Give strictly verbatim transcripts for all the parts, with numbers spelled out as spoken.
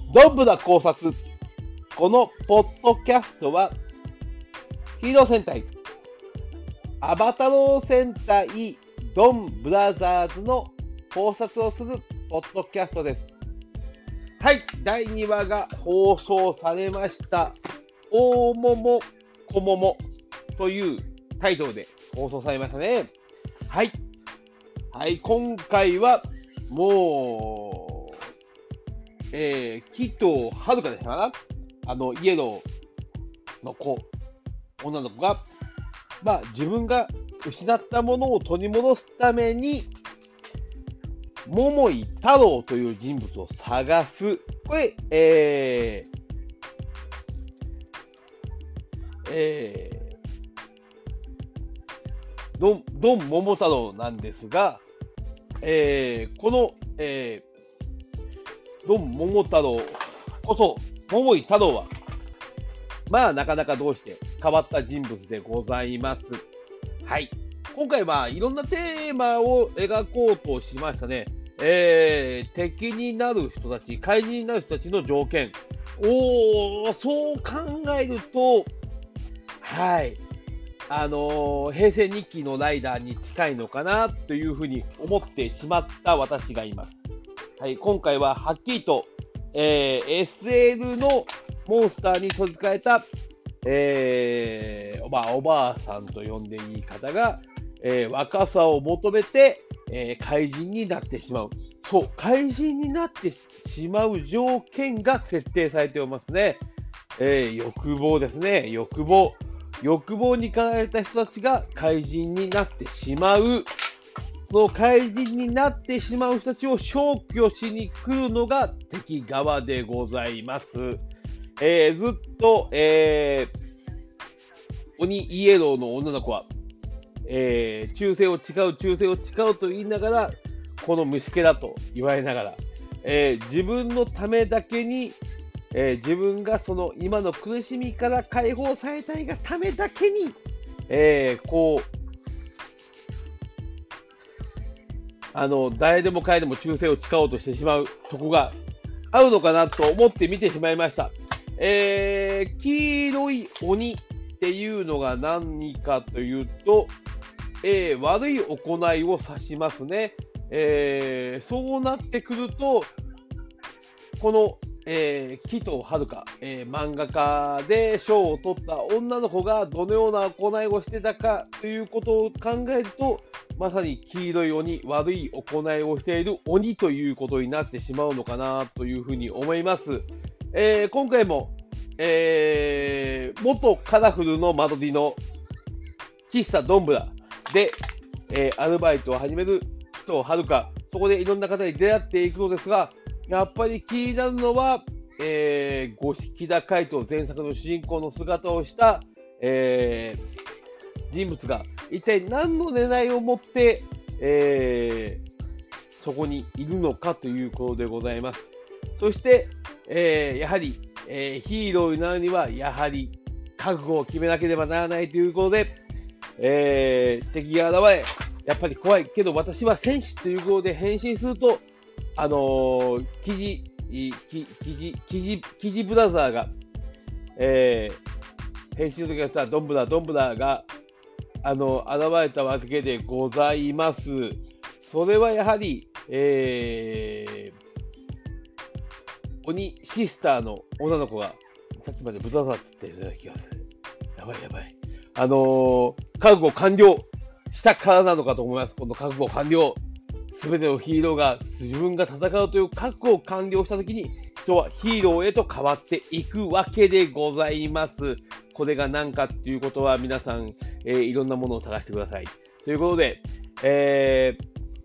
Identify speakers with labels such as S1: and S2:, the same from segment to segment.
S1: ドンブラ考察。このポッドキャストは、ヒーロー戦隊、アバタロー戦隊ドンブラザーズの考察をするポッドキャストです。はい、だいにわが放送されました。大桃小桃というタイトルで放送されましたね。はい。はい、今回はもう、えー、紀藤遥でしたかな、あの、イエローの子、女の子が、まあ、自分が失ったものを取り戻すために、桃井太郎という人物を探す。これ、えー、えー、ドン、ドン桃太郎なんですが、えー、この、えー、ドン桃太郎こそ、桃井太郎は、まあ、なかなかどうして変わった人物でございます。はい。今回はいろんなテーマを描こうとしましたね。えー、敵になる人たち、怪人になる人たちの条件。おー、そう考えると、はい。あのー、平成日記のライダーに近いのかなというふうに思ってしまった私がいます。はい。今回ははっきりと、えー、エスエル のモンスターに取り替えた、えー、おばあ、おばあさんと呼んでいい方が、えー、若さを求めて、えー、怪人になってしまう。そう、怪人になってしまう条件が設定されておりますね。えー、欲望ですね。欲望。欲望に駆られた人たちが怪人になってしまう。その怪人になってしまう人たちを消去しに来るのが敵側でございます。えー、ずっと、えー、鬼イエローの女の子は、えー、忠誠を誓う、忠誠を誓うと言いながら、この虫けだと言われながら、えー、自分のためだけに、えー、自分がその今の苦しみから解放されたいがためだけに、えー、こう、あの、誰でも彼でも忠誠を誓おうとしてしまうとこがあるのかなと思って見てしまいました。えー、黄色い鬼っていうのが何かというと、えー、悪い行いを指しますね。えー、そうなってくると、この、えー、紀藤遥、えー、漫画家で賞を取った女の子がどのような行いをしてたかということを考えると、まさに黄色い鬼、悪い行いをしている鬼ということになってしまうのかなというふうに思います。えー、今回も、えー、元カラフルの間取りの喫茶どんぶらで、えー、アルバイトを始める人をはるか、そこでいろんな方に出会っていくのですが、やっぱり気になるのは、えー、五色田海斗前作の主人公の姿をした、えー、人物が一体何の狙いを持って、えー、そこにいるのかということでございます。そして、えー、やはり、えー、ヒーローになるにはやはり覚悟を決めなければならないということで、えー、敵が現れ、やっぱり怖いけど私は戦士ということで変身すると、あのー、キジ、キジ、キジ、キジブラザーが、えー、変身の時はさ、ドンブラ、ドンブラが、あの、現れたわけでございます。それはやはり、えー、鬼シスターの女の子が、さっきまでブラザーって言ってたような気がする。やばいやばい。あのー、覚悟完了したからなのかと思います。この覚悟完了。すべてのヒーローが自分が戦うという覚悟を完了したときに、人はヒーローへと変わっていくわけでございます。これが何かっていうことは皆さん、えー、いろんなものを探してください。ということで、え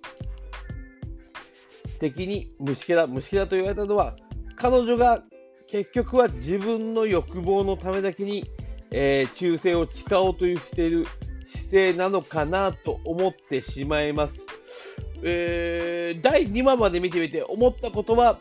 S1: ー、敵に虫けら、虫けらと言われたのは、彼女が結局は自分の欲望のためだけに、えー、忠誠を誓おうとしている姿勢なのかなと思ってしまいます。えー、だいにわまで見てみて思ったことは、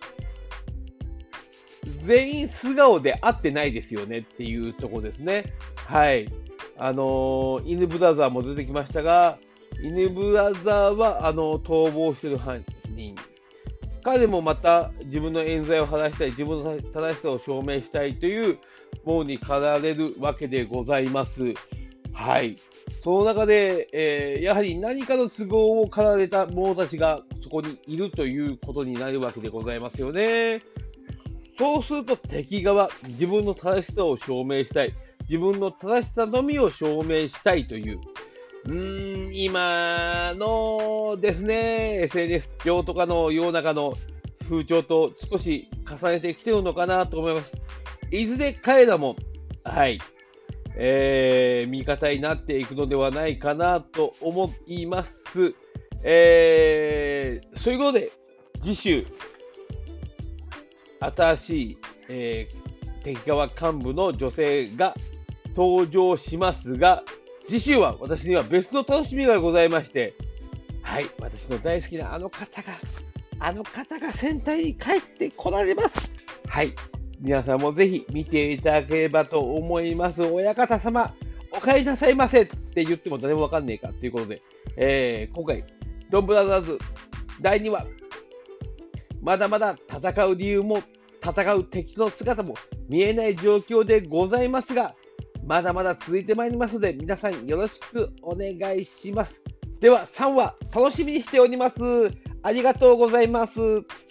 S1: 全員素顔で会ってないですよねっていうところですね。はい。あのー、犬ブラザーも出てきましたが、犬ブラザーは、あのー、逃亡してる犯人彼もまた自分の冤罪を晴らしたい、自分の正しさを証明したいというものに駆られるわけでございます。はい。その中で、えーやはり何かの都合を駆られた者たちがそこにいるということになるわけでございますよね。そうすると敵側、自分の正しさを証明したい、自分の正しさのみを証明したいという、うーん、今のですね、エスエヌエス 上とかの世の中の風潮と少し重ねてきてるのかなと思います。いずれ彼らも、はい、えー味方になっていくのではないかなと思います。えーそういうことで、次週、新しい、えー敵側幹部の女性が登場しますが、次週は私には別の楽しみがございまして、はい、私の大好きなあの方が、あの方が戦隊に帰ってこられます。はい、皆さんもぜひ見ていただければと思います。親方様、お帰りなさいませって言っても誰もわかんねえかということで、えー今回、ドンブラザーズだいにわ、まだまだ戦う理由も、戦う敵の姿も見えない状況でございますが、まだまだ続いてまいりますので、皆さんよろしくお願いします。では、さんわ、楽しみにしております。ありがとうございます。